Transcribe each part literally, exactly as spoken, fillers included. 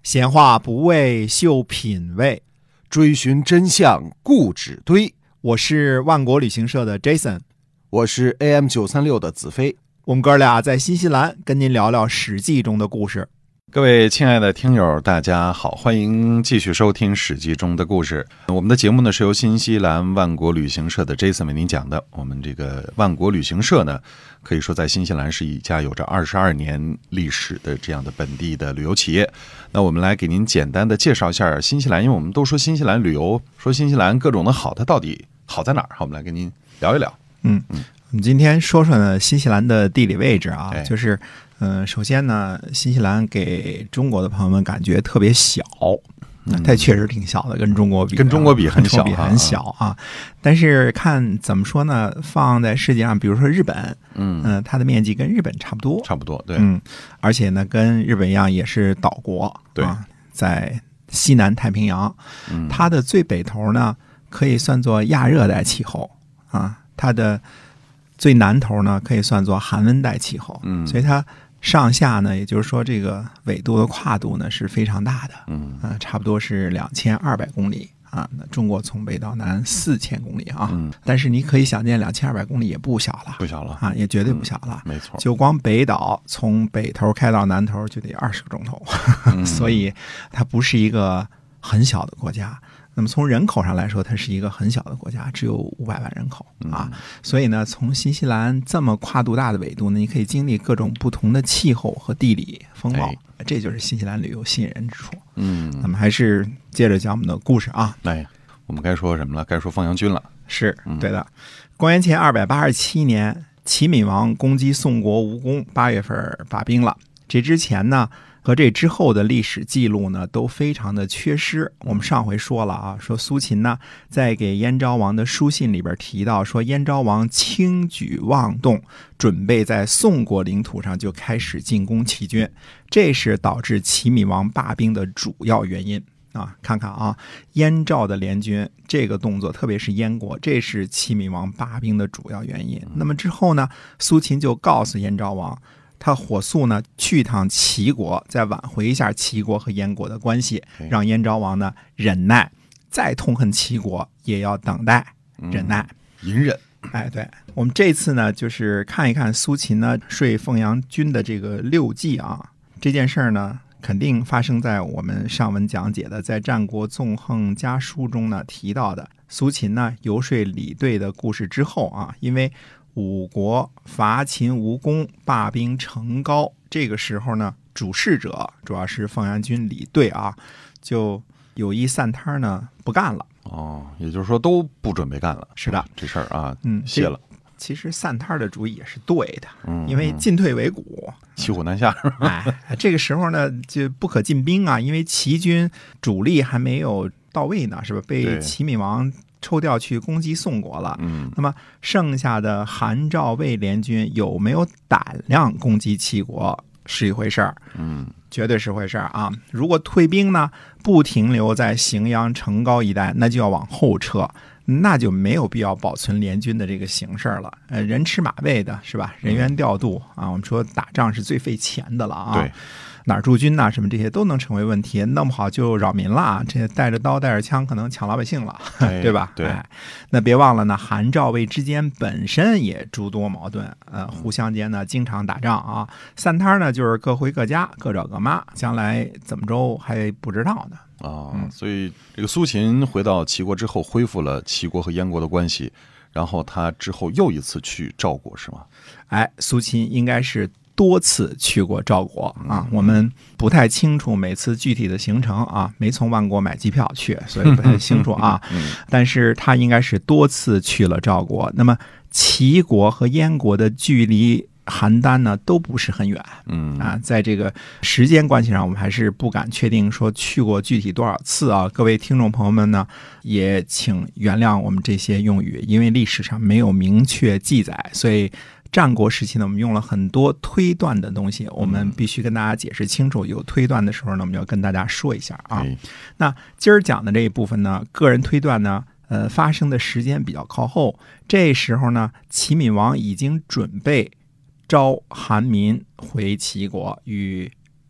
闲话不为秀品味， 追寻真相固执堆。 我是万国旅行社的 Jason， 我是 A M 九三六 的子飞。 我们哥俩在新西兰跟您聊聊史记中的故事。 各位亲爱的听友大家好，欢迎继续收听史记中的故事。我们的节目呢是由新西兰万国旅行社的 Jason 为您讲的。我们这个万国旅行社呢，可以说在新西兰是一家有着二十二年历史的这样的本地的旅游企业。那我们来给您简单的介绍一下新西兰，因为我们都说新西兰旅游，说新西兰各种的好，它到底好在哪儿？我们来跟您聊一聊。 嗯嗯，我们今天说说呢新西兰的地理位置啊， 哎、 就是嗯、呃，首先呢，新西兰给中国的朋友们感觉特别小，嗯、它确实挺小的，跟中国比， 跟中国比很小， 比很小啊。但是看怎么说呢，放在世界上，比如说日本，嗯、呃，它的面积跟日本差不多， 差不多，对， 嗯，而且呢，跟日本一样也是岛国， 对， 啊、在西南太平洋， 嗯， 它的最北头呢，可以算作亚热带气候啊，它的最南头呢，可以算作寒温带气候， 嗯， 所以它上下呢，也就是说这个纬度的跨度呢是非常大的， 嗯， 啊，差不多是两千二百公里啊。那中国从北到南四千公里啊， 嗯， 但是你可以想见，两千二百公里也不小了， 不小了啊，也绝对不小了， 嗯、没错。 就光北岛从北头开到南头就得二十个钟头，嗯、所以它不是一个很小的国家。那么从人口上来说，它是一个很小的国家，只有五百万人口啊。所以呢，从新西兰这么跨度大的纬度呢，你可以经历各种不同的气候和地理风貌，哎、这就是新西兰旅游吸引人之处。 嗯， 那么还是接着讲我们的故事啊。 哎，我们该说什么了？该说凤阳军了。 是对的。公元前二百八十七年，齐闵王攻击宋国无功，八月份发兵了。这之前呢，和这之后的历史记录呢，都非常的缺失。我们上回说了啊，说苏秦呢，在给燕昭王的书信里边提到，说燕昭王轻举妄动，准备在宋国领土上就开始进攻齐军，这是导致齐闵王罢兵的主要原因啊。看看啊，燕赵的联军这个动作，特别是燕国，这是齐闵王罢兵的主要原因。那么之后呢，苏秦就告诉燕昭王，他火速呢去趟齐国，再挽回一下齐国和燕国的关系，让燕昭王呢忍耐，再痛恨齐国也要等待忍耐、 嗯、隐忍。 哎，对，我们这次呢就是看一看苏秦呢说凤阳军的这个六计啊，这件事儿呢肯定发生在我们上文讲解的在《战国纵横家书》中呢提到的苏秦呢游说李队的故事之后啊，因为五国伐秦无功，罢兵成高，这个时候呢，主事者主要是凤阳军李队啊，就有意散摊呢，不干了。 哦，也就是说都不准备干了。 是的， 这事儿啊， 嗯， 歇了。 其实散摊的主意也是对的， 嗯， 因为进退维谷， 骑虎难下。 哎，这个时候呢，就不可进兵啊，因为齐军主力还没有到位呢，是吧？被齐闵王抽调去攻击宋国了， 嗯， 那么剩下的韩赵魏联军有没有胆量攻击齐国是一回事儿， 嗯， 绝对是回事儿啊！如果退兵呢，不停留在荥阳、成皋一带，那就要往后撤，那就没有必要保存联军的这个形势了。呃，人吃马喂的是吧？人员调度啊，我们说打仗是最费钱的了啊。 对。 哪儿驻军呐、啊，什么这些都能成为问题，弄不好就扰民了，这带着刀带着枪可能抢老百姓了， 哎、 对吧？ 对、 哎，那别忘了呢，韩赵魏之间本身也诸多矛盾，呃，互相间呢经常打仗啊，散摊呢就是各回各家，各找各妈，将来怎么着还不知道呢。 啊、嗯，所以这个苏秦回到齐国之后，恢复了齐国和燕国的关系，然后他之后又一次去赵国，是吗？ 哎，苏秦应该是多次去过赵国啊，我们不太清楚每次具体的行程啊，没从万国买机票去，所以不太清楚啊。但是他应该是多次去了赵国。那么齐国和燕国的距离邯郸呢都不是很远， 嗯啊，在这个时间关系上，我们还是不敢确定说去过具体多少次啊。各位听众朋友们呢，也请原谅我们这些用语，因为历史上没有明确记载，所以战国时期呢，我们用了很多推断的东西，我们必须跟大家解释清楚。有推断的时候呢，我们要跟大家说一下啊。那今儿讲的这一部分呢，个人推断呢，呃，发生的时间比较靠后。这时候呢，齐闵王已经准备招韩民回齐国，与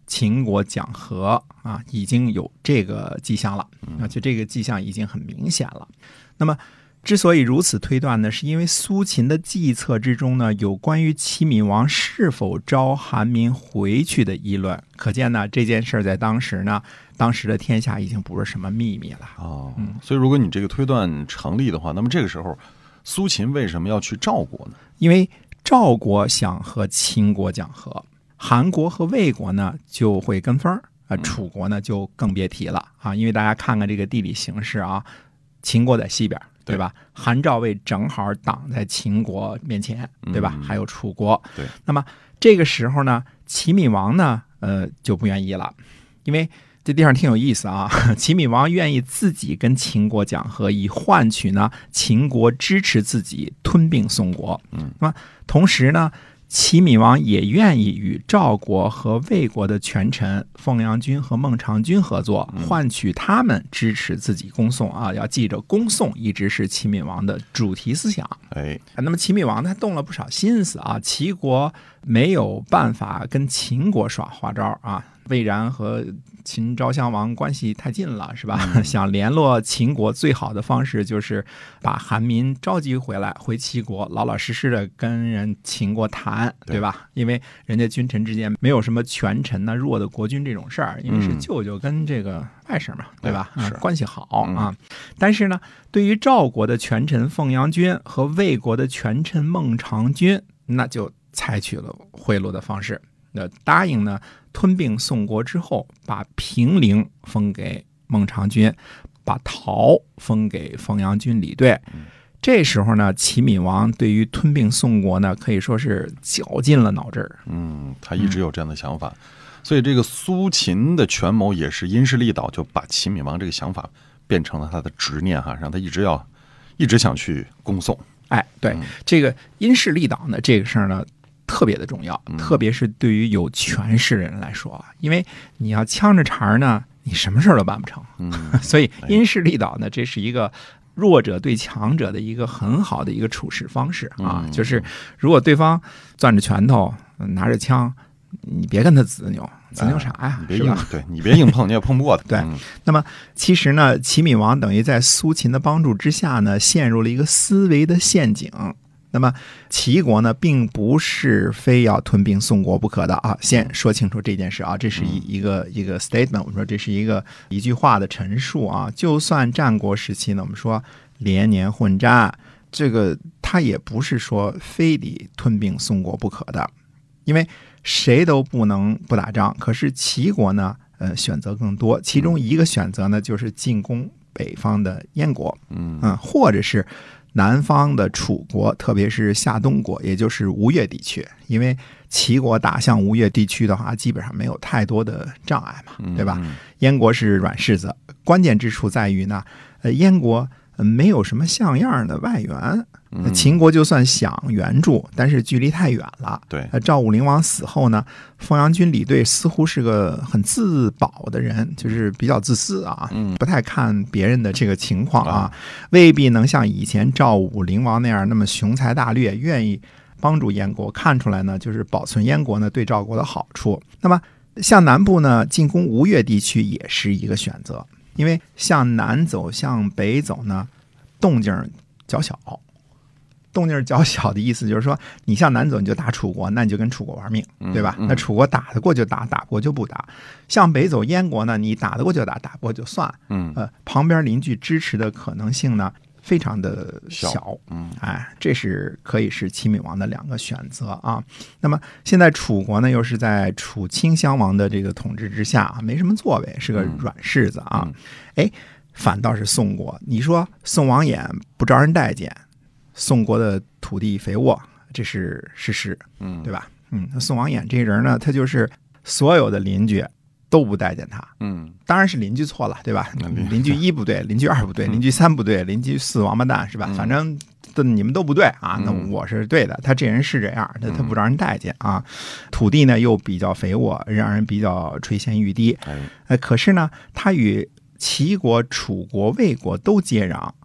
秦国讲和啊，已经有这个迹象了啊，就这个迹象已经很明显了。那么之所以如此推断呢，是因为苏秦的计策之中呢，有关于齐闵王是否招韩民回去的议论。可见呢，这件事在当时呢，当时的天下已经不是什么秘密了。 哦，嗯，所以如果你这个推断成立的话，那么这个时候苏秦为什么要去赵国呢？ 因为赵国想和秦国讲和，韩国和魏国呢就会跟风，啊，楚国呢就更别提了啊。因为大家看看这个地理形势啊，秦国在西边，对吧？韩赵魏正好挡在秦国面前，对吧？嗯、还有楚国。 对。 那么这个时候呢，齐闵王呢，呃，就不愿意了，因为这地方挺有意思啊。齐闵王愿意自己跟秦国讲和，以换取呢秦国支持自己吞并宋国。 嗯。 那么同时呢，齐闵王也愿意与赵国和魏国的权臣奉阳君和孟尝君合作，换取他们支持自己攻宋啊！要记着，攻宋一直是齐闵王的主题思想。 哎， 那么齐闵王他动了不少心思啊，齐国没有办法跟秦国耍花招啊。魏然和秦昭襄王关系太近了，是吧？嗯、想联络秦国最好的方式就是把韩民召集回来，回齐国，老老实实的跟人秦国谈，对吧？因为人家君臣之间没有什么权臣呢、弱的国君这种事儿，因为是舅舅跟这个外甥嘛，对吧？ 是、 嗯、关系好啊。但是呢，对于赵国的权臣奉阳君和魏国的权臣孟尝君，那就采取了贿赂的方式。那答应呢，吞并宋国之后，把平陵封给孟尝君，把陶封给奉阳君李队。这时候呢，齐闵王对于吞并宋国呢，可以说是绞尽了脑汁儿。 嗯，他一直有这样的想法，嗯、所以这个苏秦的权谋也是因势利导，就把齐闵王这个想法变成了他的执念哈，让他一直要一直想去攻宋。 哎，对，嗯、这个因势利导呢，这个事儿呢，特别的重要，特别是对于有权势的人来说，因为你要呛着茬呢，你什么事都办不成。 嗯， 所以因势利导呢，这是一个弱者对强者的一个很好的一个处事方式啊。 嗯、 就是如果对方攥着拳头拿着枪，你别跟他子扭，子扭啥呀？ 你别硬，对你别硬碰，你也碰不过他。 对，嗯、那么其实呢，齐闵王等于在苏秦的帮助之下呢，陷入了一个思维的陷阱。那么齐国呢，并不是非要吞并宋国不可的啊！先说清楚这件事啊，这是一一个一个 statement， 我们说这是一个一句话的陈述啊。就算战国时期呢，我们说连年混战，这个他也不是说非得吞并宋国不可的，因为谁都不能不打仗。可是齐国呢，呃，选择更多，其中一个选择呢，就是进攻北方的燕国，嗯嗯，或者是南方的楚国，特别是夏东国，也就是吴越地区。因为齐国打向吴越地区的话，基本上没有太多的障碍嘛，对吧？燕国是软柿子，关键之处在于呢，呃，燕国没有什么像样的外援。秦国就算想援助，但是距离太远了。 对， 赵武灵王死后呢，奉阳君李队似乎是个很自保的人，就是比较自私啊，不太看别人的这个情况啊，未必能像以前赵武灵王那样那么雄才大略，愿意帮助燕国。看出来呢，就是保存燕国呢对赵国的好处。那么向南部呢，进攻吴越地区也是一个选择，因为向南走向北走呢，动静较小。动静较小的意思就是说，你向南走你就打楚国，那你就跟楚国玩命，对吧？ 嗯嗯、 那楚国打得过就打，打不过就不打。向北走燕国呢，你打得过就打，打不过就算。 嗯， 呃，旁边邻居支持的可能性呢非常的小。 嗯， 哎，这是可以是齐闵王的两个选择啊。那么现在楚国呢，又是在楚顷襄王的这个统治之下，没什么作为，是个软柿子啊。 嗯、 哎，反倒是宋国，你说宋王衍不招人待见。宋国的土地肥沃，这是事实， 嗯， 对吧？嗯，宋王衍这人呢，他就是所有的邻居都不待见他， 嗯， 当然是邻居错了，对吧？邻居一不对，邻居二不对，邻居三不对，邻居四王八蛋，是吧？ 嗯、 反正你们都不对啊，那我是对的。他这人是这样，他他不招人待见啊。土地呢又比较肥沃，让人比较垂涎欲滴。呃，可是呢，他与齐国、楚国、魏国都接壤。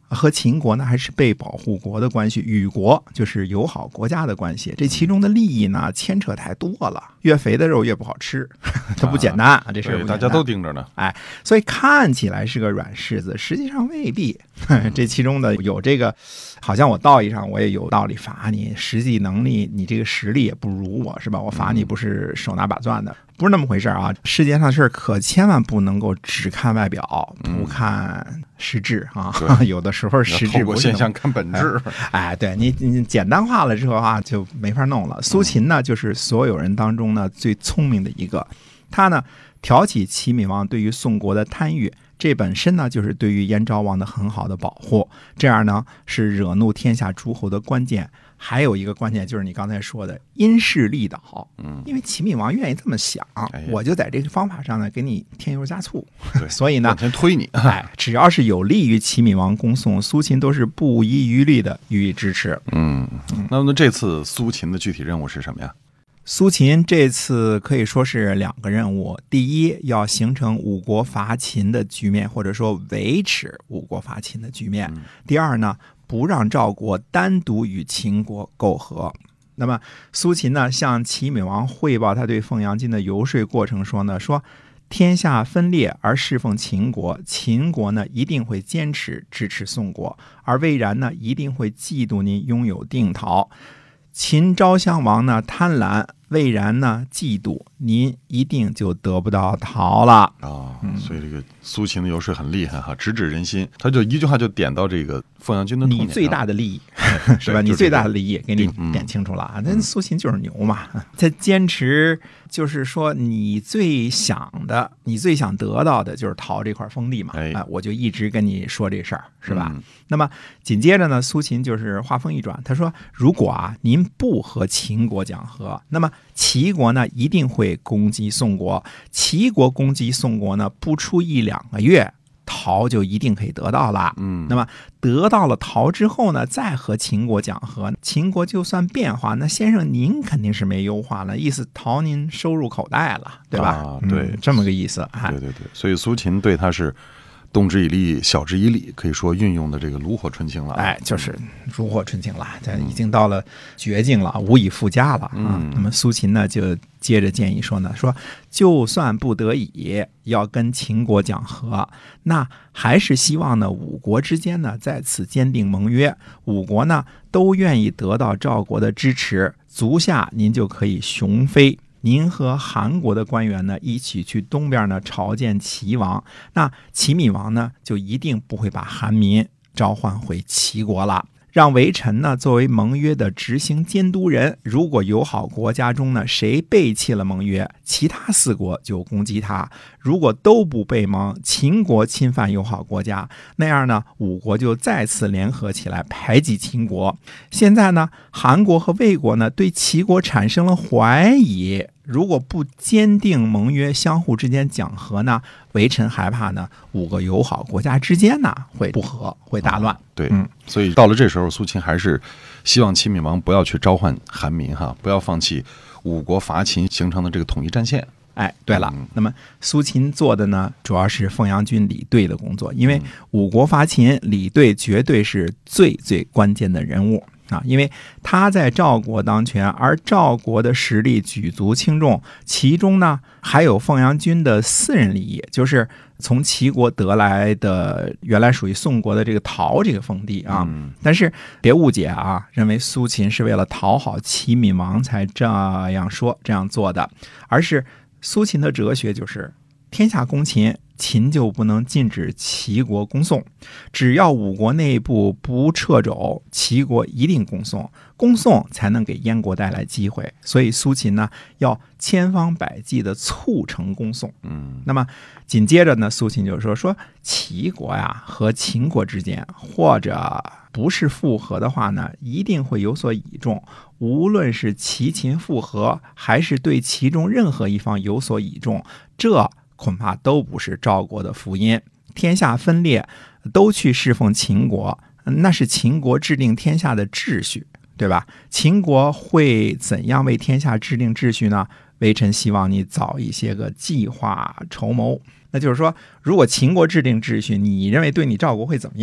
和秦国呢还是被保护国的关系，与国就是友好国家的关系。这其中的利益呢牵扯太多了，越肥的肉越不好吃，它不简单啊，这事儿大家都盯着呢。 哎，所以看起来是个软柿子，实际上未必。这其中的有这个，好像我道义上我也有道理罚你，实际能力你这个实力也不如我，是吧？我罚你不是手拿把攥的，不是那么回事啊。世界上的事可千万不能够只看外表，不看实质啊。有的时候实质透过现象看本质。 哎，哎对你你简单化了之后啊，就没法弄了。苏秦呢，就是所有人当中呢最聪明的一个，他呢挑起齐闵王对于宋国的贪欲。这本身呢，就是对于燕昭王的很好的保护，这样呢是惹怒天下诸侯的关键。还有一个关键就是你刚才说的因势利导，嗯，因为齐闵王愿意这么想，哎、我就在这个方法上呢给你添油加醋，所以呢往前推你， 哎，只要是有利于齐闵王攻宋，苏秦都是不遗余力的予以支持。 嗯，那么这次苏秦的具体任务是什么呀？ 苏秦这次可以说是两个任务，第一要形成五国伐秦的局面，或者说维持五国伐秦的局面；第二呢，不让赵国单独与秦国媾和。那么苏秦呢向齐闵王汇报他对凤阳君的游说过程说呢，说天下分裂而侍奉秦国，秦国呢一定会坚持支持宋国，而魏然呢一定会嫉妒您拥有定陶。秦昭襄王呢贪婪，魏然呢嫉妒，您一定就得不到陶了啊、 哦！所以这个苏秦的游说很厉害哈，直指人心。他就一句话就点到这个凤阳君的痛点， 你最大的利益是吧？你最大的利益给你点清楚了啊！那苏秦就是牛嘛，他坚持就是说你最想的，你最想得到的就是陶这块封地嘛，哎、啊，我就一直跟你说这事儿，是吧？嗯、那么紧接着呢，苏秦就是话锋一转，他说：如果啊您不和秦国讲和，那么齐国呢一定会攻击宋国，齐国攻击宋国呢，不出一两个月，陶就一定可以得到了。嗯，那么得到了陶之后呢，再和秦国讲和，秦国就算变化，那先生您肯定是没优化了，意思陶您收入口袋了，对吧？ 啊、对、 嗯，这么个意思。哎、 对对对，所以苏秦对他是动之以利，晓之以理，可以说运用的这个炉火纯青了。 哎，就是炉火纯青了，这已经到了绝境了，无以复加了啊。嗯、那么苏秦呢，就接着建议说呢，说就算不得已要跟秦国讲和，那还是希望呢五国之间呢在此坚定盟约，五国呢都愿意得到赵国的支持，足下您就可以雄飞。您和韩国的官员呢一起去东边呢朝见齐王，那齐闵王呢就一定不会把韩民召唤回齐国了。让微臣呢作为盟约的执行监督人，如果友好国家中呢谁背弃了盟约，其他四国就攻击他；如果都不背盟，秦国侵犯友好国家，那样呢五国就再次联合起来排挤秦国。现在呢韩国和魏国呢对齐国产生了怀疑，如果不坚定盟约，相互之间讲和呢，微臣害怕呢五个友好国家之间呢会不和，会大乱。 哦、对，嗯，所以到了这时候，苏秦还是希望齐闵王不要去召唤韩民哈，不要放弃五国伐秦形成的这个统一战线。 哎，对了，那么苏秦做的呢，主要是凤阳君李队的工作，因为五国伐秦，李队绝对是最最关键的人物啊，因为他在赵国当权，而赵国的实力举足轻重，其中呢还有凤阳君的私人利益，就是从齐国得来的原来属于宋国的这个陶这个封地啊。但是别误解啊，认为苏秦是为了讨好齐闵王才这样说这样做的，而是苏秦的哲学就是天下攻秦，秦就不能禁止齐国攻宋，只要五国内部不掣肘，齐国一定攻宋，攻宋才能给燕国带来机会。所以苏秦呢要千方百计的促成攻宋。嗯，那么紧接着呢，苏秦就说说齐国呀和秦国之间，或者不是复合的话呢，一定会有所倚重。无论是齐秦复合，还是对其中任何一方有所倚重，这恐怕都不是赵国的福音。天下分裂，都去侍奉秦国，那是秦国制定天下的秩序，对吧？秦国会怎样为天下制定秩序呢？微臣希望你早一些个计划筹谋。那就是说，如果秦国制定秩序，你认为对你赵国会怎么样？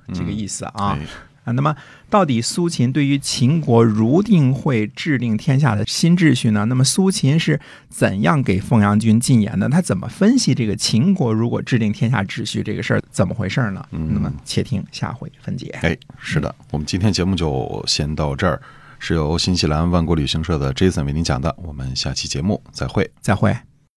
这个意思啊。 哎啊，那么到底苏秦对于秦国如定会制定天下的新秩序呢？那么苏秦是怎样给凤阳君进言的？他怎么分析这个秦国如果制定天下秩序这个事儿怎么回事呢？ 嗯那么且听下回分解。 哎，是的，我们今天节目就先到这儿，是由新西兰万国旅行社的 Jason 为您讲的，我们下期节目再会。 再会。